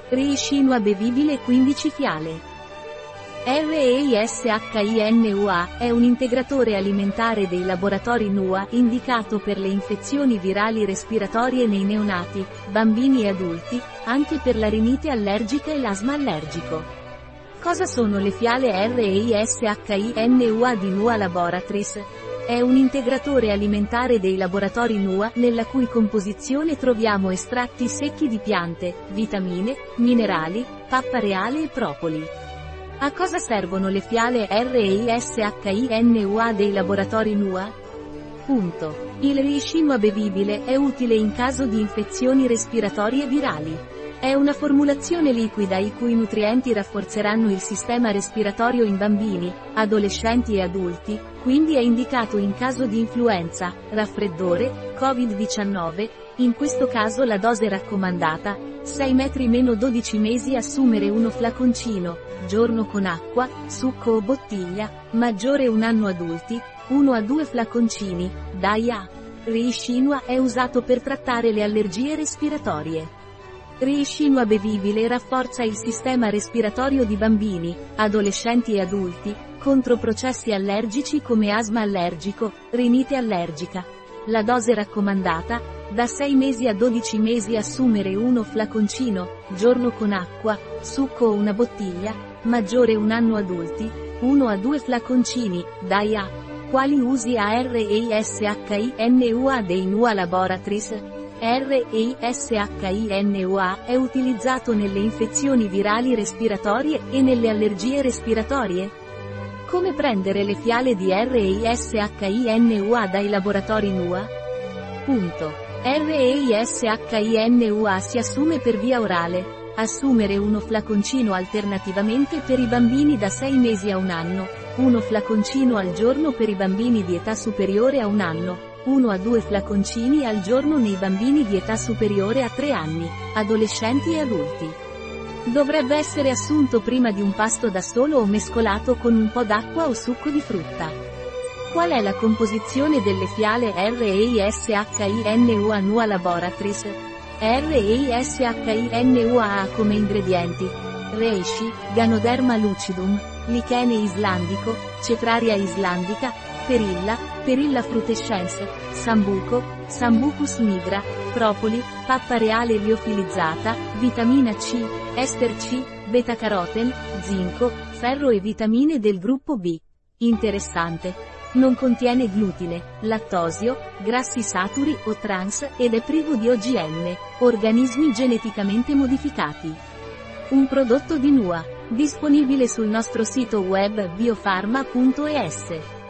Reishinua bevibile 15 fiale. REISHINUA è un integratore alimentare dei laboratori NUA indicato per le infezioni virali respiratorie nei neonati, bambini e adulti, anche per la rinite allergica e l'asma allergico. Cosa sono le fiale REISHINUA di NUA Laboratories? È un integratore alimentare dei laboratori NUA nella cui composizione troviamo estratti secchi di piante, vitamine, minerali, pappa reale e propoli. A cosa servono le fiale REISHINUA dei laboratori NUA? Punto. Il Reishinua bevibile è utile in caso di infezioni respiratorie virali. È una formulazione liquida i cui nutrienti rafforzeranno il sistema respiratorio in bambini, adolescenti e adulti, quindi è indicato in caso di influenza, raffreddore, Covid-19, in questo caso la dose raccomandata, 6 metri-12 mesi assumere uno flaconcino, giorno con acqua, succo o bottiglia, maggiore 1 anno adulti, 1 a 2 flaconcini, DAIA. Reishinua è usato per trattare le allergie respiratorie. Reishinua bevibile rafforza il sistema respiratorio di bambini, adolescenti e adulti, contro processi allergici come asma allergico, rinite allergica. La dose raccomandata, da 6 mesi a 12 mesi assumere uno flaconcino, giorno con acqua, succo o una bottiglia, maggiore 1 anno adulti, 1 a 2 flaconcini, DAIA. Quali usi ha REISHINUA dei NUA Laboratories? REISHINUA è utilizzato nelle infezioni virali respiratorie e nelle allergie respiratorie. Come prendere le fiale di REISHINUA dai laboratori NUA? Punto. REISHINUA si assume per via orale. Assumere uno flaconcino alternativamente per i bambini da 6 mesi a 1 anno, uno flaconcino al giorno per i bambini di età superiore a 1 anno, 1 a 2 flaconcini al giorno nei bambini di età superiore a 3 anni, adolescenti e adulti. Dovrebbe essere assunto prima di un pasto da solo o mescolato con un po' d'acqua o succo di frutta. Qual è la composizione delle fiale REISHINUA NUA Laboratories? REISHINUA ha come ingredienti reishi, Ganoderma lucidum, lichene islandico, Cetraria islandica, perilla, Perilla frutescens, sambuco, Sambucus nigra, propoli, pappa reale liofilizzata, vitamina C, ester C, beta-caroten, zinco, ferro e vitamine del gruppo B. Interessante. Non contiene glutine, lattosio, grassi saturi o trans ed è privo di OGM, organismi geneticamente modificati. Un prodotto di NUA, disponibile sul nostro sito web biofarma.es.